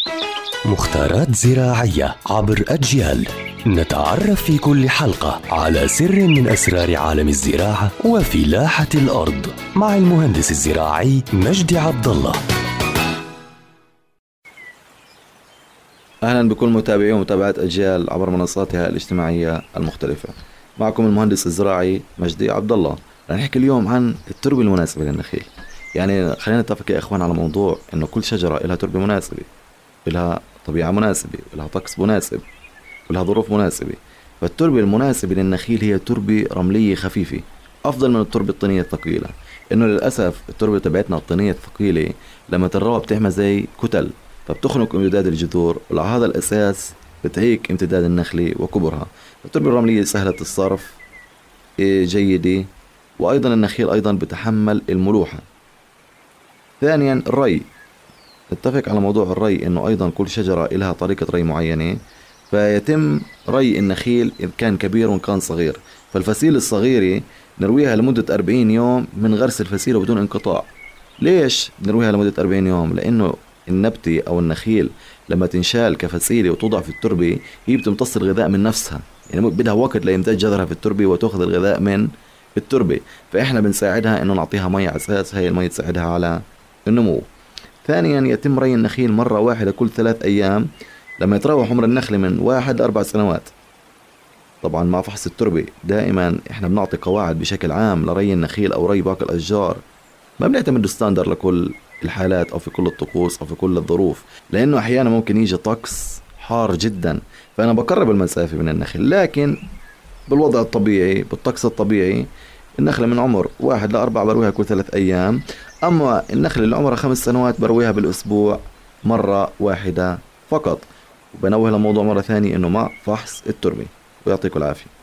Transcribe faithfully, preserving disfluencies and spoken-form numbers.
مختارات زراعية عبر أجيال، نتعرف في كل حلقة على سر من أسرار عالم الزراعة وفلاحة الأرض مع المهندس الزراعي مجدي عبد الله. أهلا بكل متابعي ومتابعات أجيال عبر منصاتها الاجتماعية المختلفة. معكم المهندس الزراعي مجدي عبد الله. رح نحكي اليوم عن التربة المناسبة للنخيل. يعني خلينا نتفق يا إخوان على موضوع إنه كل شجرة لها تربة مناسبة، لها طبيعة مناسبة، لها طقس مناسب، ولها ظروف مناسبة. فالتربة المناسبة للنخيل هي تربة رملية خفيفة أفضل من التربة الطينية الثقيلة، إنه للأسف التربة تبعتنا الطينية الثقيلة لما تروى بتعمل زي كتل، فبتخنق امتداد الجذور، وعلى هذا الأساس بتعيق امتداد النخلة وكبرها. التربة الرملية سهلة الصرف، جيدة، وأيضا النخيل أيضا بتحمل الملوحة. ثانيا الري، نتفق على موضوع الري إنه أيضا كل شجرة لها طريقة ري معينة، فيتم ري النخيل إذا كان كبير وإن كان صغير. فالفسيلة الصغيرة نرويها لمدة أربعين يوم من غرس الفسيلة بدون انقطاع. ليش نرويها لمدة أربعين يوم؟ لأنه النبتة أو النخيل لما تنشال كفسيلة وتوضع في التربة هي بتمتص الغذاء من نفسها، يعني بدها وقت ليمتد جذرها في التربة وتأخذ الغذاء من التربة. فإحنا بنساعدها إنه نعطيها مية على أساس هاي المية تساعدها على النمو. ثانيا يتم ري النخيل مرة واحدة كل ثلاث أيام لما يتراوح عمر النخلة من واحد لأربع سنوات، طبعا مع فحص التربة. دائما إحنا بنعطي قواعد بشكل عام لري النخيل أو ري باقي الأشجار، ما بنعتمد ستاندر لكل الحالات أو في كل الطقوس أو في كل الظروف، لأنه أحيانا ممكن يجي طقس حار جدا فأنا بقرب المسافة من النخل. لكن بالوضع الطبيعي بالطقس الطبيعي النخلة من عمر واحد لأربع برويها كل ثلاث أيام، أما النخلة اللي عمرها خمس سنوات برويها بالأسبوع مرة واحدة فقط. وبنوه للموضوع مرة ثانية إنه مع فحص التربة. ويعطيكم العافية.